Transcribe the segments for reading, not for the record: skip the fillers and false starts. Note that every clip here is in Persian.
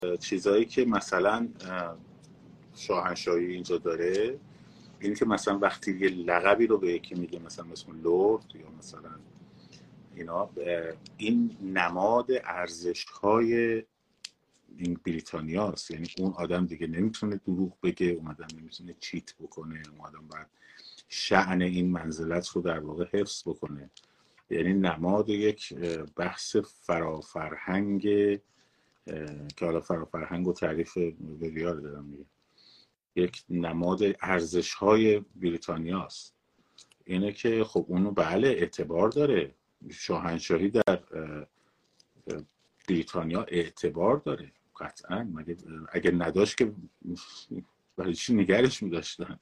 چیزایی که مثلا شاهنشاهی اینجا داره این که مثلا وقتی یه لقبی رو به یکی میگه مثلا اسم لورد یا مثلا اینا، این نماد ارزش‌های این بریتانیاست. یعنی اون آدم دیگه نمیتونه دروغ بگه، اون آدم نمیتونه چیت بکنه، اون آدم باید شأن این منزلت رو در واقع حفظ بکنه. یعنی نماد یک بحث فرافرهنگ که حالا فرافرهنگ و تعریف ویلیار دارم میگه، یک نماد ارزش‌های بریتانیاست. اینه که خب اونو بله اعتبار داره، شاهنشاهی در بریتانیا اعتبار داره قطعا، مگه اگه نداشت که برای چی نگرش می‌داشتن؟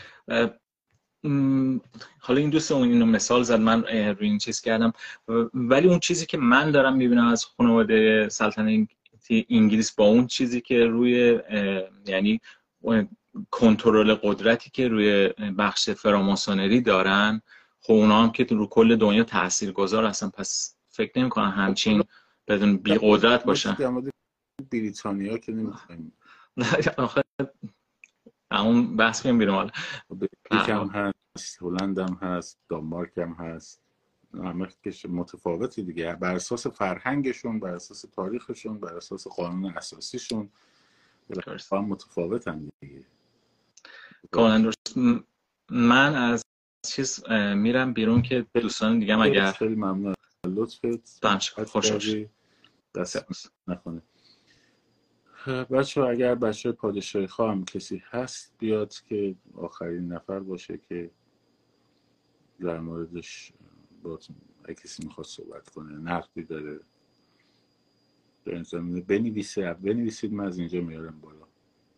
حالا این دوستمون اینو مثال زد، من روی این چیز کردم، ولی اون چیزی که من دارم میبینم از خانواده سلطنت انگلیس با اون چیزی که روی یعنی کنترل قدرتی که روی بخش فراماسونری دارن، خب اونا هم که رو کل دنیا تاثیرگذار هستن، پس فکر نمی‌کنم همچین بدون بی قدرت باشن. بریتانیا که نمی‌خوایم آخه اون بحث کنیم بیرون. حالا بلژیک هم هست، هلند هم هست، دانمارک هم هست، همه که متفاوتی دیگه، بر اساس فرهنگشون، بر اساس تاریخشون، بر اساس قانون اساسیشون هم متفاوتن دیگه. کاملا درست. من از چیز میرم بیرون که دوستان دیگه هم اگر خیلی ممنون لطفت، خوش دست نکنه. بچه ها اگر بچه پادشاهی خواه هم کسی هست بیاد که آخرین نفر باشه که در موردش اگه کسی میخواد صحبت کنه، نقدی داره در این زمینه بنویسید، من از اینجا میارم بالا.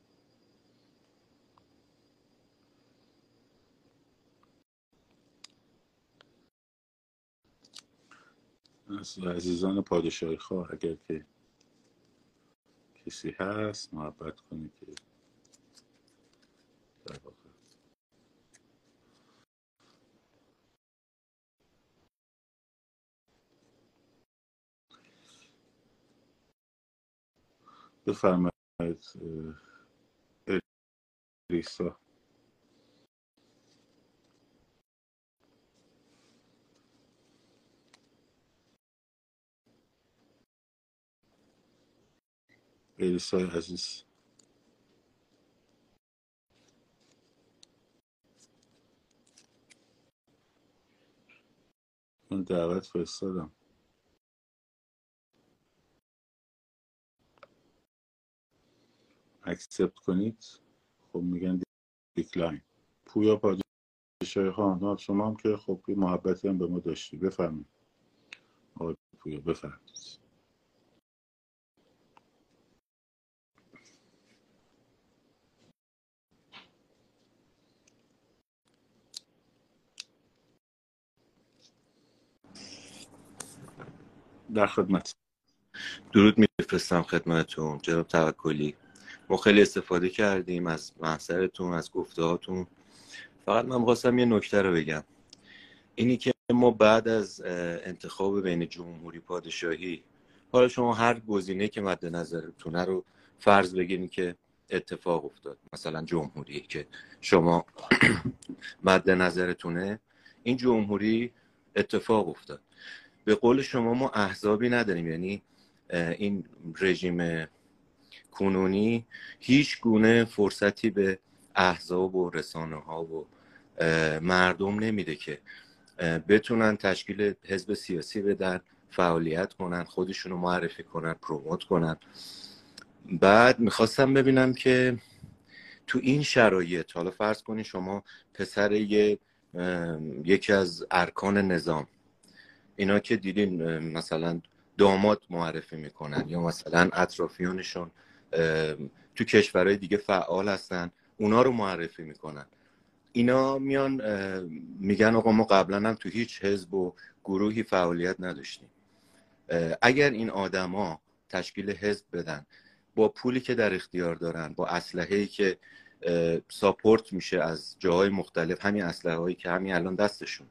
از عزیزان پادشاهی خواه اگر که کسی هست محبت کنید که در واقع بفرمایید. الیسا عزیز، من دعوت فرستادم، اکسپت کنید. خب میگن دیکلاین. پویا پادشاهی خان، شما هم که خب محبتی هم به ما داشتی، بفرمایید آقای پویا، بفرمایید. در خدمت. درود میفرستم خدمتتون جناب توکلی. ما خیلی استفاده کردیم از محضرتون، از گفتهاتون. فقط من خواستم یه نکته رو بگم، اینی که ما بعد از انتخاب بین جمهوری پادشاهی، حالا شما هر گزینه که مد نظرتونه رو فرض بگیرید که اتفاق افتاد، مثلا جمهوری که شما مد نظرتونه، این جمهوری اتفاق افتاد. به قول شما ما احزابی نداریم، یعنی این رژیم کنونی هیچ گونه فرصتی به احزاب و رسانه ها و مردم نمیده که بتونن تشکیل حزب سیاسی بدن، فعالیت کنن، خودشونو معرفی کنن، پروموت کنن. بعد میخواستم ببینم که تو این شرایط، حالا فرض کنین شما پسر یکی از ارکان نظام، اینا که دیدین مثلا داماد معرفی میکنن یا مثلا اطرافیانشون تو کشورهای دیگه فعال هستن، اونا رو معرفی میکنن. اینا میان میگن آقا ما قبلا هم تو هیچ حزب و گروهی فعالیت نداشتیم. اگر این آدما تشکیل حزب بدن با پولی که در اختیار دارن، با اسلحه‌ای که ساپورت میشه از جاهای مختلف، همین اسلحه‌هایی که همین الان دستشونه،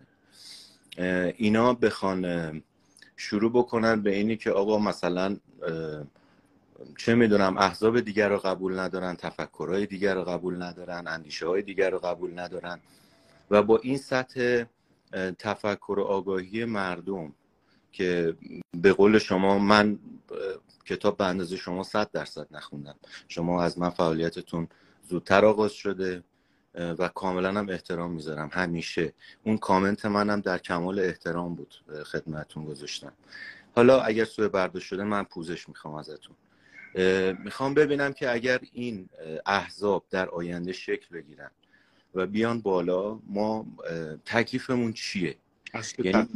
اینا بخوان شروع بکنن به اینی که آقا مثلا چه میدونم احزاب دیگر رو قبول ندارن، تفکرهای دیگر رو قبول ندارن، اندیشه های دیگر رو قبول ندارن و با این سطح تفکر و آگاهی مردم که به قول شما من کتاب به اندازه شما 100% نخوندم، شما از من فعالیتتون زودتر آغاز شده و کاملا هم احترام میذارم، همیشه اون کامنت منم در کمال احترام بود خدمتتون گذاشتم. حالا اگر سوء برداشت شده من پوزش میخوام ازتون. میخوام ببینم که اگر این احزاب در آینده شکل بگیرن و بیان بالا، ما تکلیفمون چیه؟ یعنی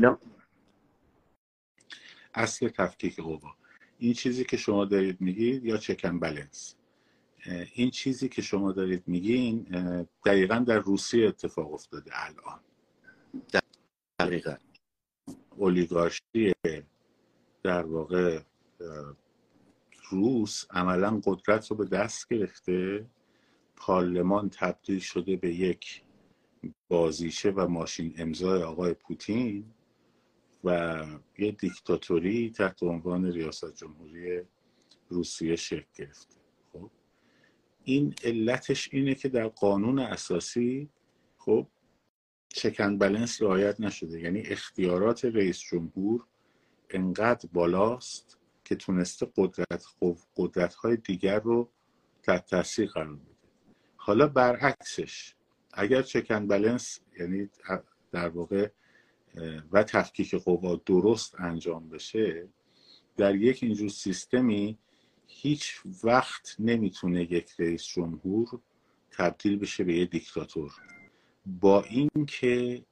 اصل تفکیک قوا، این چیزی که شما دارید میگید یا چکن بلنس، این چیزی که شما دارید میگین دقیقا در روسیه اتفاق افتاده الان. دقیقا اولیگارشی در واقع روس عملا قدرت رو به دست گرفته، پارلمان تبدیل شده به یک بازیچه و ماشین امضای آقای پوتین و یه دیکتاتوری تحت عنوان ریاست جمهوری روسیه شکل گرفته. خب این علتش اینه که در قانون اساسی خب چکن بلنس رعایت نشده، یعنی اختیارات رئیس جمهور انقدر بالاست که تونسته قدرت‌های دیگر رو تحت تاثیر قرار بده. حالا برعکسش اگر چکن بلنس یعنی در واقع و تفکیک قوا درست انجام بشه، در یک اینجور سیستمی هیچ وقت نمیتونه یک رئیس جمهور تبدیل بشه به یک دیکتاتور، با اینکه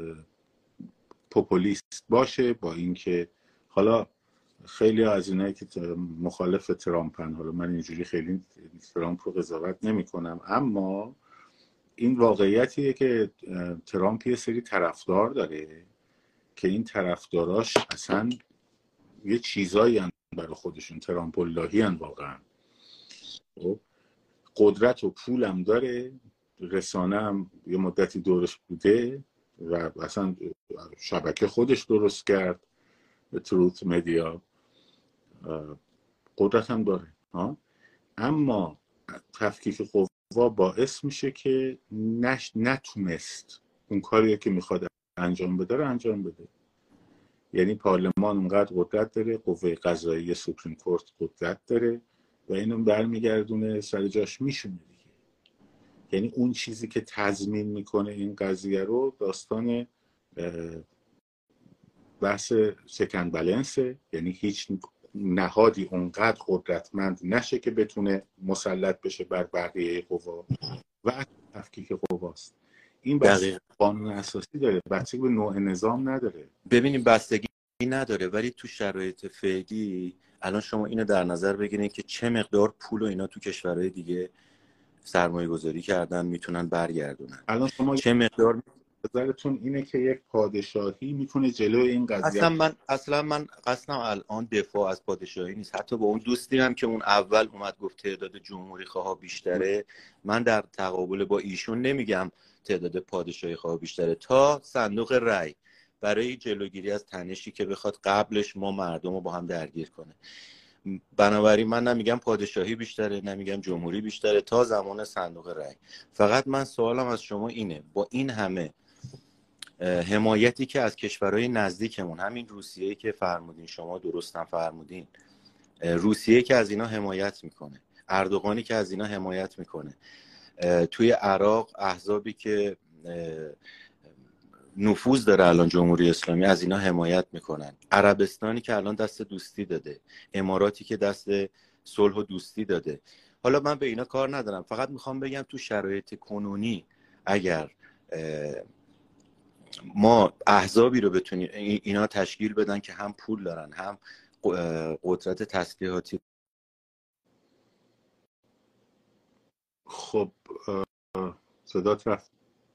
پوپولیست باشه، با اینکه حالا خیلی از اینایی که مخالف ترامپن، حالا من اینجوری خیلی ترامپ رو قضاوت نمی کنم، اما این واقعیتیه که ترامپ یه سری طرفدار داره که این طرفداراش اصلا یه چیزایی هن برای خودشون، ترامپ اللهی هن واقعا. قدرت و پول هم داره، رسانه هم یه مدتی دورش بوده و اصلا شبکه خودش درست کرد به تروت مدیا، قدرت هم داره. اما تفکیک قوا باعث میشه که نتونست اون کاری که میخواد انجام بده رو انجام بده. یعنی پارلمان اونقدر قدرت داره، قوه قضاییه سوپریم کورت قدرت داره و اینو برمیگردونه سر جاش میشونه دیگه. یعنی اون چیزی که تضمین میکنه این قضیه رو داستان بحث چکن بلنسه، یعنی هیچ نهادی اونقدر قدرتمند نشه که بتونه مسلط بشه بر بقیه قوا و تفکیک قواست. این بستگی قانون اساسی داره، بستگی به نوع نظام نداره. ببینیم بستگی نداره، ولی تو شرایط فعلی الان شما اینو در نظر بگیرید که چه مقدار پول و اینا تو کشورهای دیگه سرمایه گذاری کردن میتونن برگردونن. الان شما چه مقدار نظرتون اینه که یک پادشاهی میتونه جلوی این قضیه؟ اصلا من قصدم الان دفاع از پادشاهی نیست. حتی با اون دوستی هم که اون اول اومد گفت تعداد جمهوری خواه بیشتره، من در تقابل با ایشون نمیگم تعداد پادشاهی خواه بیشتره، تا صندوق رأی برای جلوگیری از تنشی که بخواد قبلش ما مردم رو با هم درگیر کنه. بنابراین من نمیگم پادشاهی بیشتره، نمیگم جمهوری بیشتره، تا زمان صندوق رأی. فقط من سوالم از شما اینه، با این همه حمایتی که از کشورهای نزدیکمون، همین روسیه‌ای که فرمودین شما، درستم فرمودین، روسیه که از اینا حمایت میکنه، اردوغانی که از اینا حمایت میکنه، توی عراق احزابی که نفوذ داره الان جمهوری اسلامی از اینا حمایت میکنن، عربستانی که الان دست دوستی داده، اماراتی که دست صلح و دوستی داده. حالا من به اینا کار ندارم، فقط میخوام بگم تو شرایط کنونی اگر ما احزابی رو بتونیم اینا تشکیل بدن که هم پول دارن هم قدرت تسلیحاتی. خب صدات رفت.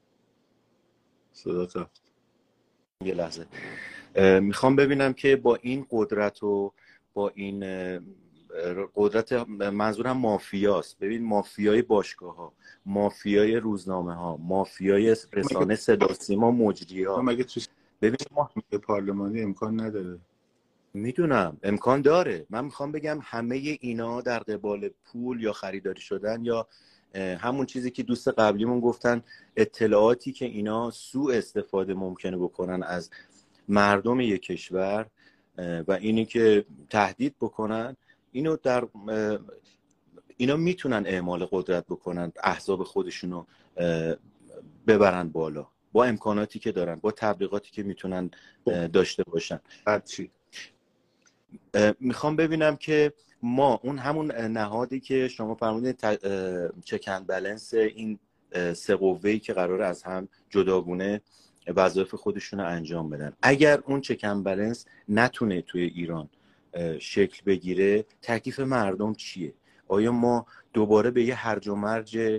یه لحظه میخوام ببینم که با این قدرت و با این قدرت، منظورم مافیاست، ببین مافیای باشگاه ها، مافیای روزنامه ها، مافیای رسانه صدا سیما، مجری ها، مگه تو ببین ما پارلمانی امکان نداره؟ میدونم امکان داره. من میخوام بگم همه اینا در قبال پول یا خریداری شدن یا همون چیزی که دوست قبلیمون گفتن، اطلاعاتی که اینا سوء استفاده ممکنه بکنن از مردم یک کشور و اینی که تهدید بکنن، اینا میتونن اعمال قدرت بکنن، احزاب خودشونو ببرن بالا با امکاناتی که دارن، با تبلیغاتی که میتونن داشته باشن. چی؟ میخوام ببینم که ما اون همون نهادی که شما فرمودید چک اند بالانس، این سه قوه‌ای که قراره از هم جداگونه وظایف خودشون رو انجام بدن، اگر اون چک اند بالانس نتونه توی ایران شکل بگیره، تکلیف مردم چیه؟ آیا ما دوباره به یه هرج و مرج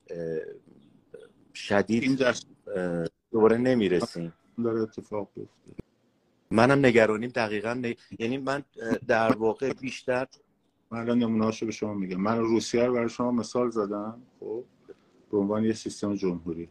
شدید دوباره نمیرسیم؟ داره اتفاق بیفته. منم نگرانیم دقیقاً یعنی من در واقع بیشتر، من الان نمونه‌اشو به شما میگم. من روسیه رو برای شما مثال زدم، خب به عنوان یه سیستم جمهوری.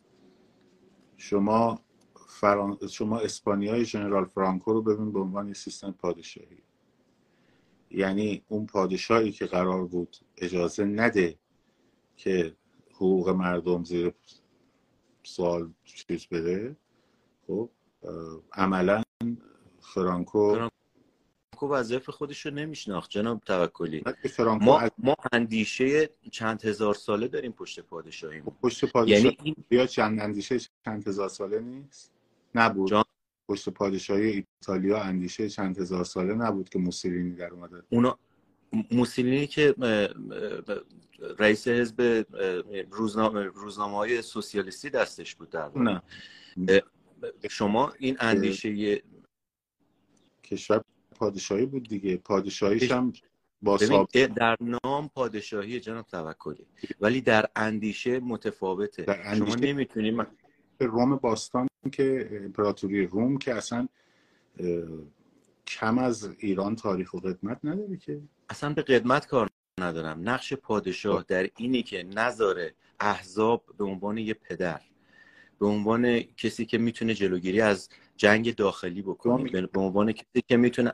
شما اسپانیای ژنرال فرانکو رو ببین به عنوان یه سیستم پادشاهی. یعنی اون پادشاهی که قرار بود اجازه نده که حقوق مردم زیر سوال چیز بده، خب عملا فرانکو وظایف خودش رو نمیشناخت. جناب توکلی، ما اندیشه چند هزار ساله داریم پشت پادشاهی. پشت پادشاهی یعنی یا چند اندیشه چند هزار ساله نیست؟ نبود. پشت پادشاهی ایتالیا اندیشه چند هزار ساله نبود که موسولینی در اومده. موسولینی که رئیس حزب روزنامه‌های سوسیالیستی دستش بود در واقع. شما این اندیشه کشور پادشاهی بود دیگه. پادشاهیش هم با در نام پادشاهی جناب توکلی، ولی در اندیشه متفاوته. شما نمیتونید روم باستان که امپراتوری روم که اصلا کم از ایران تاریخ و قدمت نداره، که اصلا به قدمت کار ندارم. نقش پادشاه در اینی که نذاره احزاب به عنوان یه پدر، به عنوان کسی که میتونه جلوگیری از جنگ داخلی بکنه، به عنوان کسی که میتونه،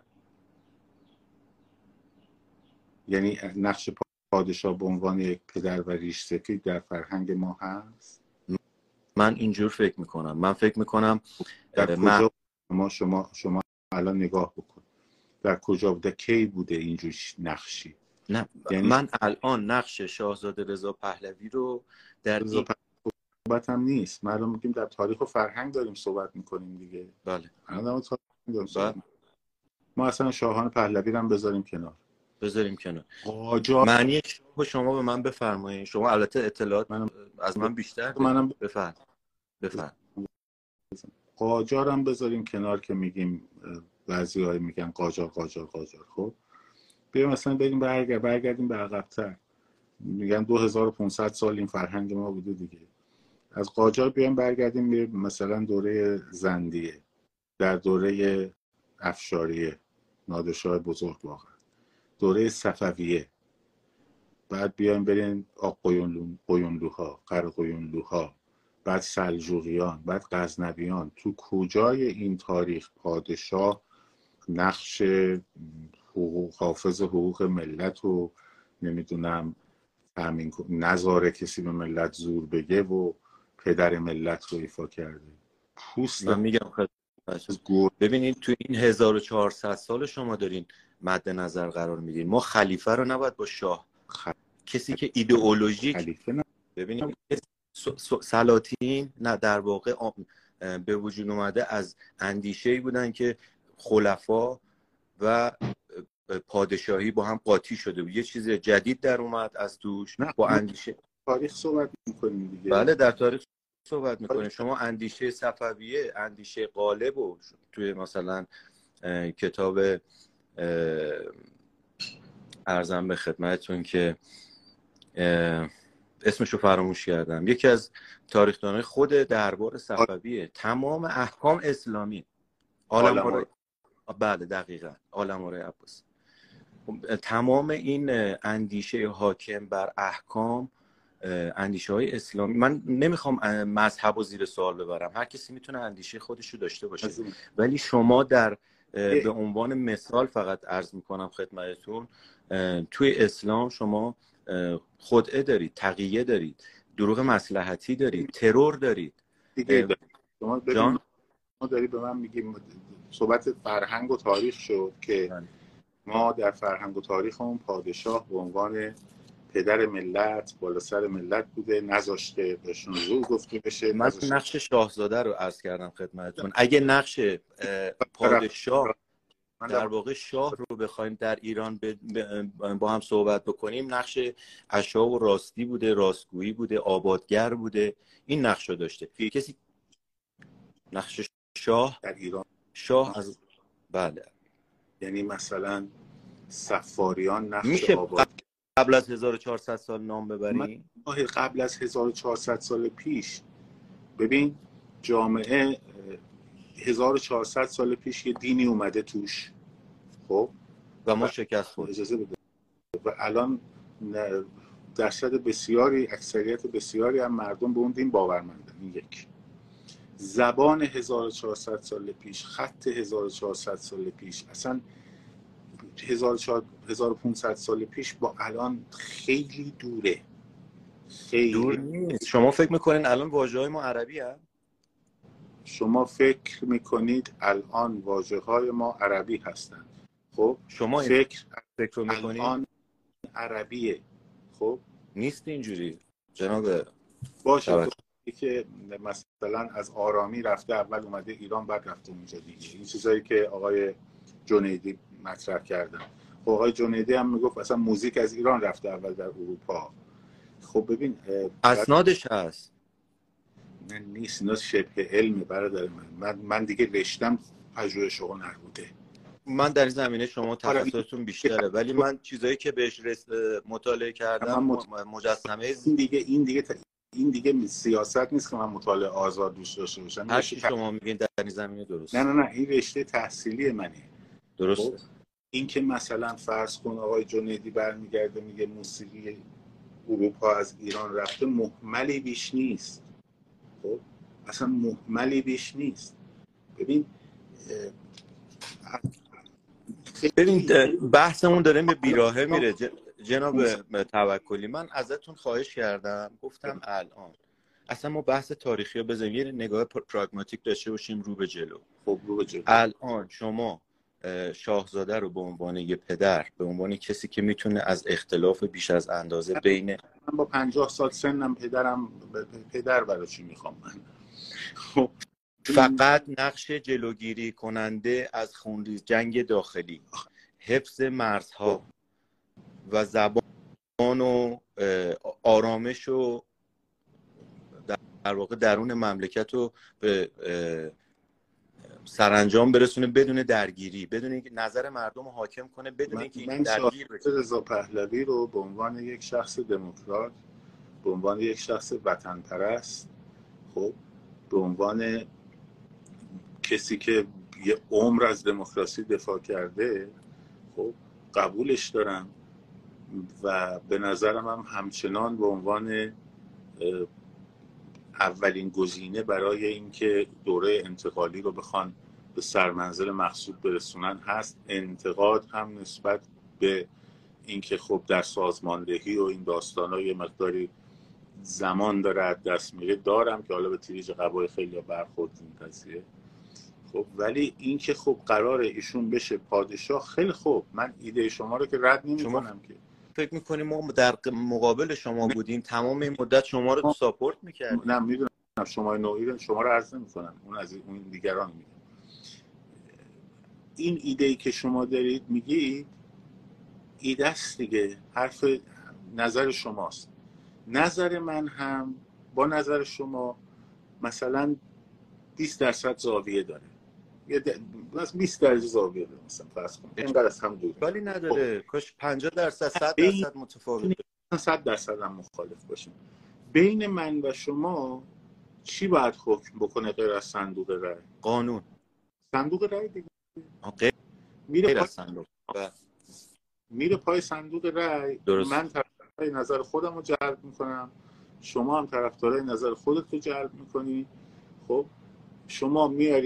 یعنی نقش پادشاه به عنوان یک پدر و ریش سفید در فرهنگ ما هست. من اینجور فکر میکنم. من فکر میکنم در کجا شما الان نگاه بکن، در کجا بوده، کی بوده اینجور نقشی؟ نه، یعنی من الان نقش شاهزاده رضا پهلوی رو در صحبت هم نیست. ما الان میگیم در تاریخ و فرهنگ داریم صحبت میکنیم دیگه. بله. الان ما اصلا شاهان پهلوی رو هم بذاریم کنار. قاجار معنی شاه شما به من بفرمایید. شما البته اطلاعات از من بیشتر منم بفرمایید. قاجار هم بذاریم کنار که میگیم بعضی‌ها میگن قاجار. خب بیایم مثلا بریم برگردیم به عقب‌تر. میگن 2500 سال این فرهنگ ما بوده دیگه. از قاجار بیایم برگردیم مثلا دوره زندیه، در دوره افشاریه، نادرشاه بزرگ، واقعا دوره صفویه، بعد بیایم بریم قیونلوها، قرقیونلوها، بعد سلجوقیان، بعد غزنویان. تو کجای این تاریخ پادشاه نقش حافظ حقوق ملت و نمیدونم تامین نذاره کسی به ملت زور بگه و پدر ملت رو ایفا کرده؟ پوست من میگم ببینید تو این 1400 سال شما دارین مد نظر قرار میدین. ما خلیفه رو نباید با شاه، کسی که ایدئولوژیک، ببینید سلاطین نه در واقع به وجود اومده از اندیشه‌ای بودن که خلفا و پادشاهی با هم قاطی شده بود، یه چیز جدید در اومد از توش با اندیشه. تاریخ صحبت می‌کنیم دیگه. بله در تاریخ صحبت می‌کنیم. شما اندیشه صفویه، اندیشه غالب و توی مثلا کتاب ارزم به خدمتتون که اسمشو فراموش کردم، یکی از تاریخ‌دانای خود دربار صفویه، تمام احکام اسلامی، بله دقیقاً، عالم‌آرای عباسی، تمام این اندیشه حاکم بر احکام، اندیشه های اسلامی. من نمیخوام مذهب رو زیر سوال ببرم، هر کسی میتونه اندیشه خودش رو داشته باشه، ولی شما در به عنوان مثال فقط عرض میکنم خدمتتون، توی اسلام شما خدعه دارید، تقیه دارید، دروغ مصلحتی دارید، ترور دارید دیگه. شما جان ما داری به من میگیم صحبت فرهنگ و تاریخ شد که ما در فرهنگ و تاریخمون پادشاه به عنوان پدر ملت بالا سر ملت بوده، نذاشته بهشون زور گفته بشه. من نقش شاهزاده رو عرض کردم خدمتتون. اگه نقش پادشاه در واقع شاه رو بخوایم در ایران با هم صحبت بکنیم، نقش عشا و راستی بوده، راستگویی بوده، آبادگر بوده، این نقش رو داشته. کسی نقش شاه در ایران، شاه از بله، یعنی مثلا سفاریان نقش میشه آباد قبل از 1400 سال نام ببریم؟ قبل از 1400 سال پیش. ببین جامعه 1400 سال پیش یه دینی اومده توش، خب، و ما شکست خوردیم. اجازه بده. و الان درصد بسیاری، اکثریت بسیاری هم مردم به اون دین باورمندن. این یک. زبان 1400 سال پیش، خط 1400 سال پیش، اصلا 1500 سال پیش با الان خیلی دوره. خیلی دور نیست. شما فکر میکنین الان واژه‌های ما عربی هست؟ شما فکر میکنید الان واژه‌های ما عربی هستند. خب شما فکر میکنید الان عربیه. خب نیست اینجوری جناب. باشه که مثلا از آرامی رفته اول اومده ایران بعد رفته اونجا دیگه. این چیزایی که آقای جنیدی مطرح کردن. خب آقای جنیدی هم میگفت اصلا موزیک از ایران رفته اول در اروپا. خب ببین اسنادش هست. نیست، اینا شبه علمه برادر من دیگه رشتم پژوهش هنر بوده. من در این زمینه شما تخصصتون بیشتره، ولی من چیزایی که بهش مطالعه کردم مجسمه این دیگه سیاست نیست که من مطالعه آزاد دوست داشته باشم. هر چی شما میگین در این زمینه درست. نه این رشته تحصیلی منه. درسته. این که مثلا فرض کن آقای جنیدی برمیگرده میگه موسیقی اروپا از ایران رفته، محملی بیش نیست. خب اصلا محملی بیش نیست. ببین بحثمون داره به بیراهه میره جناب توکلی. من ازتون خواهش کردم، گفتم الان اصلا ما بحث تاریخی رو بزنیم، یه نگاه پراگماتیک داشته باشیم رو به جلو. خب رو به جلو. الان شما شاهزاده رو به عنوان یه پدر، به عنوان کسی که میتونه از اختلاف بیش از اندازه بین من با 50 سال سنم پدر برای چی میخوام من؟ خب فقط نقش جلوگیری کننده از خونریز جنگ داخلی، حفظ مرزها و زبان و آرامش و در واقع درون مملکت رو به سرانجام برسونه بدون درگیری، بدون اینکه نظر مردم رو حاکم کنه، بدون اینکه درگیر بشه. رضا پهلوی رو به عنوان یک شخص دموکرات، به عنوان یک شخص وطن پرست، خب به عنوان کسی که یه عمر از دموکراسی دفاع کرده، خب قبولش دارم و به نظرم هم همچنان به عنوان اولین گزینه برای اینکه دوره انتقالی رو بخوان به سرمنزل مقصود برسونن هست. انتقاد هم نسبت به اینکه خب در سازماندهی و این داستانا یه مقداری زمان داره از دست میره دارم که حالا به تیریج قبای خیلی برخورد این قضیه. خب ولی این که خب قراره ایشون بشه پادشاه، خیلی خوب، من ایده شما رو که رد نمی‌کنم. که فکر می‌کنیم ما در مقابل شما بودیم تمام این مدت شما رو ساپورت می‌کردیم؟ نه میدونم شما نوعی رو شما رو عرض نمی‌کنم، اون از اون دیگران میگه. این ایده‌ای که شما دارید میگید ایده است دیگه، حرف نظر شماست. نظر من هم با نظر شما مثلا 20% زاویه داره، یه 20 درجه زاویه داره مثلا فرض کنید، اینقدر از هم دوره. ولی نداره. کاش 50% 100% متفاوت، 100% هم مخالف باشیم. بین من و شما چی باید حکم بکنه غیر از صندوق رای؟ قانون. صندوق رای دیگه. غیر از صندوق. میره پای صندوق رای. من طرفدارای نظر خودم رو جلب میکنم، شما هم طرفدارای نظر خودت رو جلب میکنی. خب شما میاری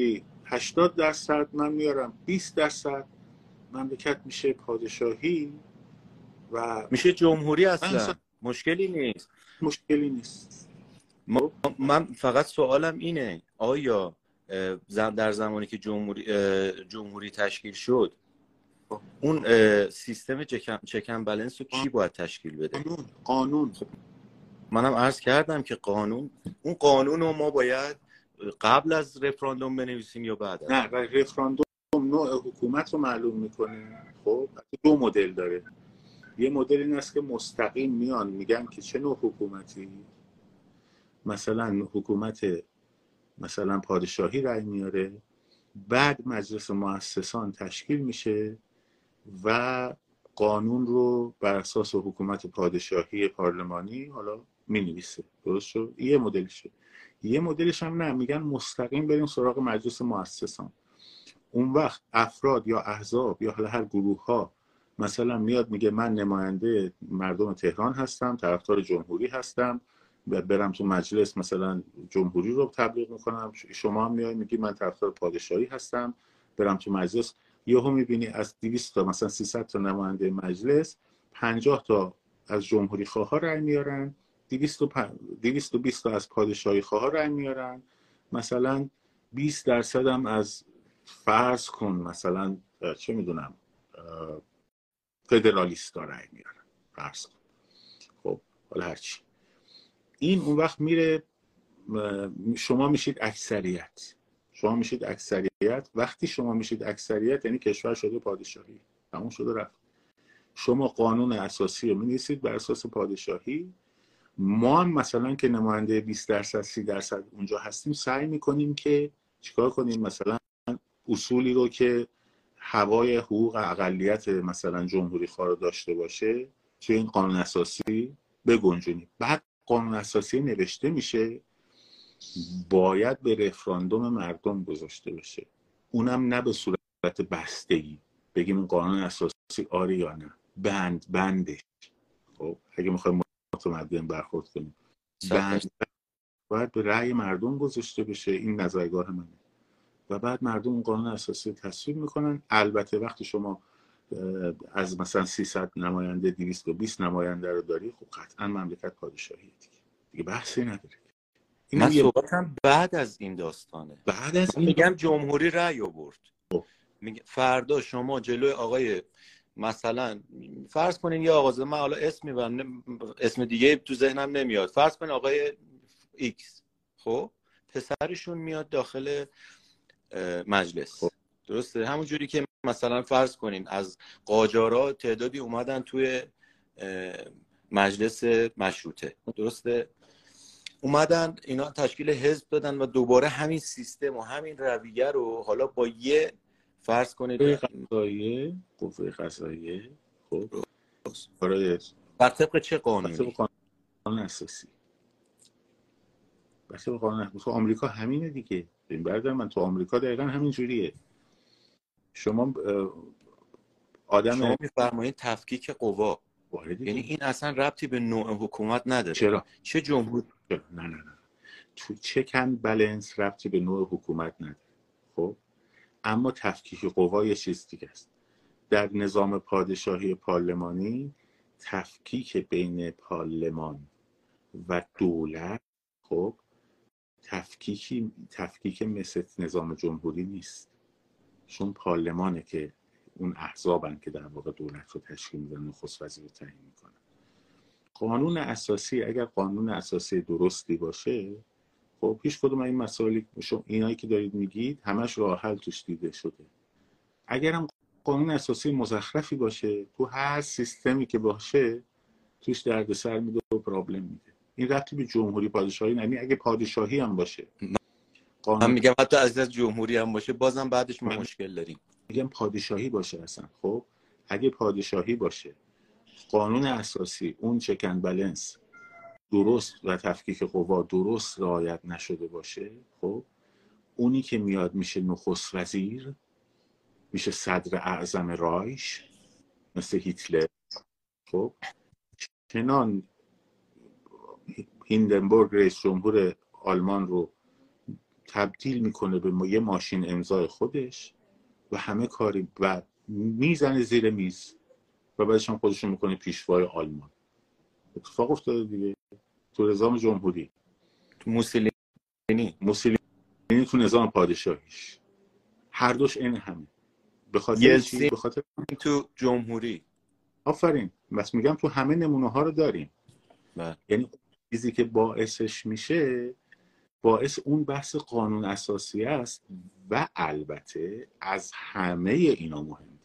80% من میارم 20% مملکت میشه پادشاهی و میشه جمهوری. اصلا اصلا مشکلی نیست. مشکلی نیست. من فقط سوالم اینه، آیا در زمانی که جمهوری تشکیل شد اون سیستم چکن بالانس رو کی باید تشکیل بده؟ قانون. منم عرض کردم که اون قانون رو ما باید قبل از رفراندوم بنویسیم یا بعد از؟ نه، رفراندوم نوع حکومت رو معلوم میکنه. خب دو مدل داره. یه مدل این است که مستقیم میان میگن که چه نوع حکومتی، مثلا حکومت مثلا پادشاهی رأی میاره، بعد مجلس مؤسسان تشکیل میشه و قانون رو بر اساس حکومت پادشاهی پارلمانی حالا مینویسه. درست شد؟ یه مدلشه. یه مدلش هم نه، میگن مستقیم بریم سراغ مجلس مؤسسان. اون وقت افراد یا احزاب یا هر گروه ها مثلا میاد میگه من نماینده مردم تهران هستم، طرفدار جمهوری هستم، برم تو مجلس مثلا جمهوری رو تبلیغ میکنم. شما هم میای میگی من طرفدار پادشاهی هستم، برم تو مجلس. یهو میبینی از 200 تا مثلا 300 تا نماینده مجلس 50 تا از جمهوری خواه رأی میارن، 220 تا از پادشاهی خواه رأی میارن، مثلا 20% هم از فرض کن مثلا چه میدونم فدرالیست ها رأی میارن، فرض کن. خب حالا هرچی این اون وقت میره، شما میشید اکثریت. وقتی شما میشید اکثریت یعنی کشور شده پادشاهی، تموم شده رفت. شما قانون اساسی رو می‌نویسید بر اساس پادشاهی. ما هم مثلا که نماینده 20% 30% اونجا هستیم سعی میکنیم که چیکار کنیم، مثلا اصولی رو که هوای حقوق اقلیت مثلا جمهوری خواه رو داشته باشه توی این قانون اساسی بگنجونیم. بعد قانون اساسی نوشته میشه، باید به رفراندوم مردم گذاشته بشه، اونم نه به صورت بستگی بگیم این قانون اساسی آره یا نه، بندش. خب اگه میخوایم متمدن برخورد کنیم بند باید به رأی مردم گذاشته بشه. این نظرگاه منه. و بعد مردم اون قانون اساسی تصویب میکنن. البته وقتی شما از مثلا 300 نماینده 220 نماینده رو داری، خب قطعا مملکت پادشاهیه دیگه بحثی نداره. من صحبتم بعد از این داستانه. بعد از این میگم جمهوری رأی آورد، فردا شما جلوی آقای مثلا فرض کنین یه آقا، من حالا اسم میبرم اسم دیگه تو ذهنم نمیاد، فرض کنین آقای ایکس، خب پسرشون میاد داخل مجلس، درسته؟ همون جوری که مثلا فرض کنین از قاجارا تعدادی اومدن توی مجلس مشروطه، درسته؟ اومدن اینا تشکیل حزب دادن و دوباره همین سیستم و همین رویه رو حالا با یه فرض کنید قوه قضاییه خب بر طبق چه قانونی؟ قانون اساسی. بچه به قانون تو آمریکا همینه دیگه. این برادر من تو آمریکا دقیقا همین جوریه. شما میفرمایید تفکیک قوا، یعنی این اصلا ربطی به نوع حکومت نداره. چرا؟ چه جمهوری؟ نه تو چکن بالانس ربطی به نوع حکومت نداره. خب اما تفکیک قوا یه چیز دیگه است. در نظام پادشاهی پارلمانی تفکیک بین پارلمان و دولت، خب تفکیک مثل نظام جمهوری نیست، چون پارلمانه که اون احزابن که در واقع دولت رو تشکیل میدن، نخست وزیر رو تعیین میکنن. قانون اساسی اگر قانون اساسی درستی باشه، خب هیچ کدوم این مسائلی اینایی که دارید میگید همش راه حل توش دیده شده. اگرم قانون اساسی مزخرفی باشه، تو هر سیستمی که باشه توش دردسر میده و پرابلم میده. این ربطی به جمهوری پادشاهی نه. اگه پادشاهی هم باشه، من میگم حتی از جمهوری هم باشه بازم بعدش ما مشکل داریم. میگم پادشاهی باشه اصلا. خب اگه پادشاهی باشه، قانون اساسی اون چکن بالانس درست و تفکیک قوا درست رعایت نشده باشه، خب اونی که میاد میشه نخست وزیر، میشه صدر اعظم رایش مثل هیتلر. خب چنان هیندنبورگ رئیس جمهور آلمان رو تبدیل میکنه به یه ماشین امضای خودش و همه کاری و میزنه زیر میز و بعدش هم خودشون میکنه پیشوای آلمان. اتفاق افتاده دیگه تو نظام جمهوری، تو موسولینی تو نظام پادشاهیش، هر دوش این همه. به خاطر چی؟ یلتسین به خاطر تو جمهوری. آفرین. بس میگم تو همه نمونه ها رو داریم. بله. یعنی چیزی که باعثش میشه، باعث اون بحث قانون اساسی است و البته از همه اینا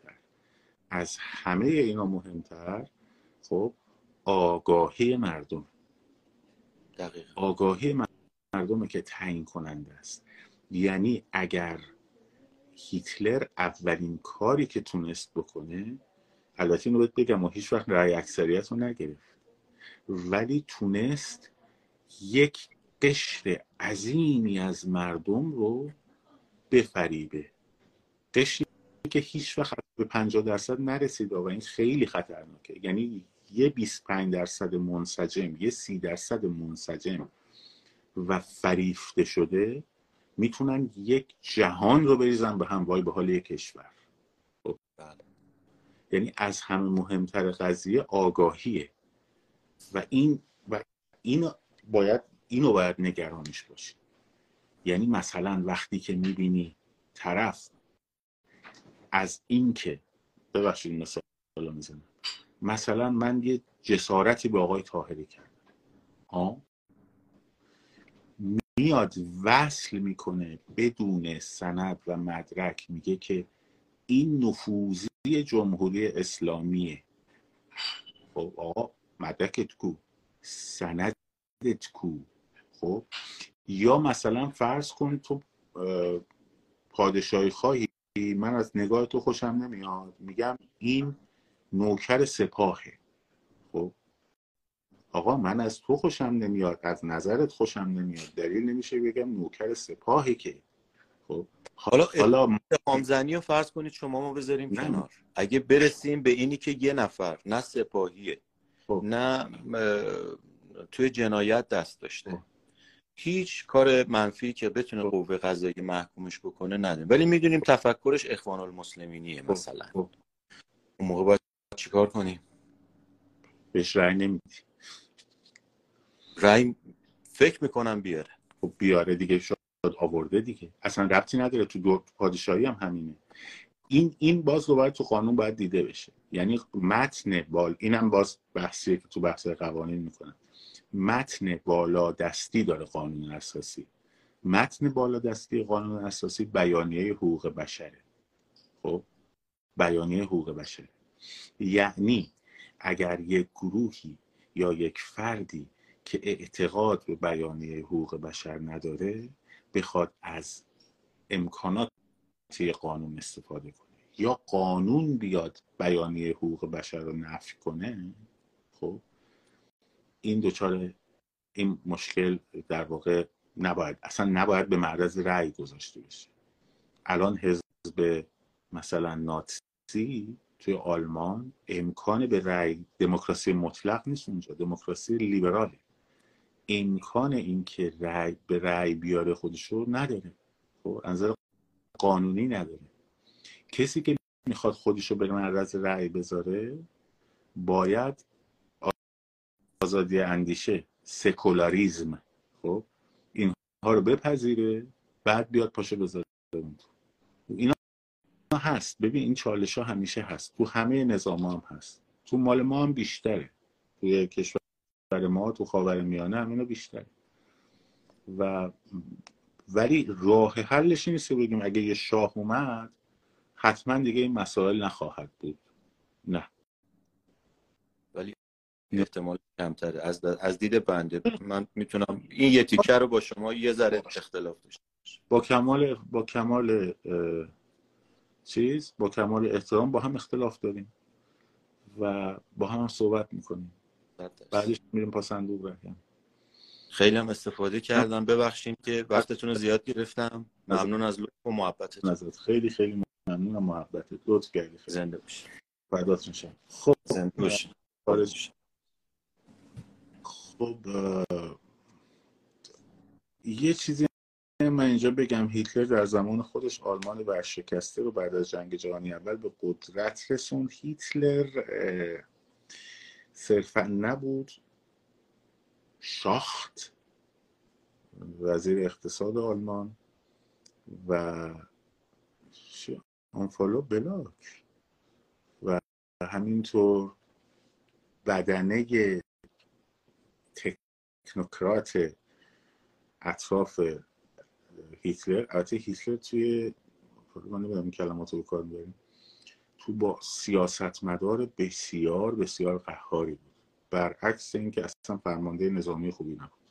مهمتر خب آگاهی مردم. دقیقا. آگاهی مردمه که تعیین کننده است. یعنی اگر هیتلر اولین کاری که تونست بکنه، البته اینو بهت بگم و هیچ وقت رأی اکثریت رو نگرفت، ولی تونست یک قشر عظیمی از مردم رو بفریبه، قشری که هیچ وقت به 50% نرسید و این خیلی خطرناکه. یعنی یه 25% منسجم، یه 30% منسجم و فریفته شده میتونن یک جهان رو بریزن به هم، وای به حال یک کشور. بله. یعنی از همه مهمتر قضیه آگاهیه و اینو باید نگرانش باشی. یعنی مثلا وقتی که میبینی طرف از این که ببخشید مثلا میزنم، مثلا من یه جسارتی به آقای طاهری کردم، میاد وصل میکنه بدون سند و مدرک، میگه که این نفوذی جمهوری اسلامیه. خب آقا مدرکت کو؟ سندت کو؟ خب یا مثلا فرض کن تو پادشاهی خواهی، من از نگاه تو خوشم نمیاد، میگم این نوکر سپاهه. خب آقا من از تو خوشم نمیاد، از نظرت خوشم نمیاد، دلیل نمیشه بگم نوکر سپاهی که. خب حالا اتهام‌زنی رو فرض کنید شما ما بذاریم کنار. اگه برسیم به اینی که یه نفر نه سپاهیه نه توی جنایت دست داشته، هیچ کار منفی که بتونه قوه قضاییه محکومش بکنه نداریم، ولی میدونیم تفکرش اخوان المسلمینیه مثلا، اون موقع باید چیکار کنیم؟ بهش رأی نمیدی. رأی فکر میکنم بیاره. خب بیاره دیگه، شاید آورده دیگه، اصلا ربطی نداره. تو پادشاهی هم همینه. این باز دوباره تو قانون باید دیده بشه. یعنی متن اینم باز بحثیه که تو بحث قوانین میکنن. متن بالادستی داره قانون اساسی. متن بالادستی قانون اساسی بیانیه حقوق بشره. خب بیانیه حقوق بشر، یعنی اگر یک گروهی یا یک فردی که اعتقاد به بیانیه حقوق بشر نداره بخواد از امکانات قانون استفاده کنه یا قانون بیاد بیانیه حقوق بشر رو نفی کنه، خب این دوچار این مشکل در واقع نباید به معرض رأی گذاشته بشه. الان حزب مثلا ناتسی توی آلمان امکان به رأی، دموکراسی مطلق نیست اونجا، دموکراسی لیبراله، امکان این که به رأی بیاره خودشو نداره. خب از نظر قانونی نداره. کسی که میخواد خودشو به معرض رأی بذاره باید آزادی اندیشه، سکولاریزم، خب اینها رو بپذیره، بعد بیاد پاشو بذاره. اینا هست. ببین این چالش ها همیشه هست، تو همه نظام هم هست، تو مال ما هم بیشتره، توی کشور ما تو خاورمیانه هم اینا بیشتره. ولی راه حلش نیست که بگیم اگه یه شاه اومد حتما دیگه این مسائل نخواهد بود. نه، ولی احتمال کمتره. از دید بنده من میتونم این یه تیکه رو با شما یه ذره اختلاف داشته با کمال احترام با هم اختلاف داریم و با هم صحبت میکنیم، بعدش میریم پا صندوق رفتیم. خیلی هم استفاده کردم، ببخشید که وقتتون رو زیاد گرفتم. ممنون از لطف و محبتتون. خیلی خیلی ممنون از محبتت، لطف کردی. زنده باشید. فداتون شم. خب زنده باشید. خب یه چیزی من اینجا بگم هیتلر در زمان خودش آلمان ورشکسته رو بعد از جنگ جهانی اول به قدرت رسوند. هیتلر صرفا نبود، شاخت وزیر اقتصاد آلمان و آنفالو بلاک و همینطور بدنه تکنوکرات اطراف هیتلر. البته هیتلر توی من نمیدونم این کلمات رو بکار میبریم، تو با سیاستمدار بسیار بسیار قهاری بود، برعکس این که اصلا فرمانده نظامی خوبی نبود.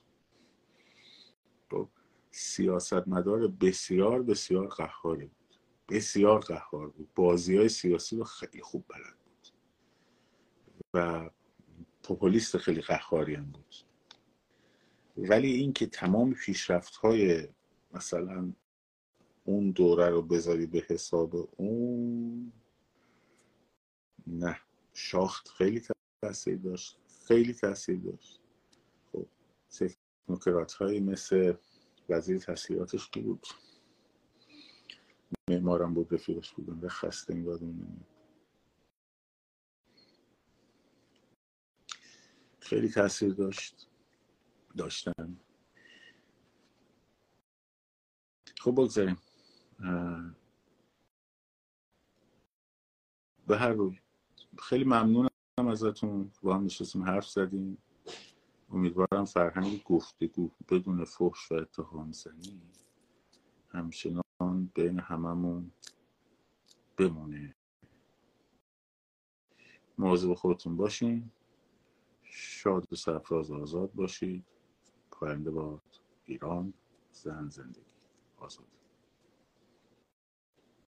سیاستمدار بسیار بسیار قهاری بود، بسیار قهار بود، بازی‌های سیاسی رو خیلی خوب بلد بود و پوپولیست خیلی قهاری هم بود. ولی این که تمام پیشرفت‌های مثلا اون دوره رو بذاری به حساب اون، نه، شاخت خیلی تاثیر داشت، خیلی تاثیر داشت. خب تکنوکرات هایی مثل وزیر تسهیلاتش کی بود؟ معمارم بود، رفیقش بودن، خسته این یادم خیلی تاثیر داشتن. خب بگذاریم. به هر روی خیلی ممنونم ازتون، با هم نشستیم حرف زدیم. امیدوارم فرهنگ گفتگو بدون فحش و اتهام زنی همچنان بین هممون بمونه. مواظب خودتون باشین، شاد و سرفراز آزاد باشید. پاینده باد ایران، زن زندگی آزاد.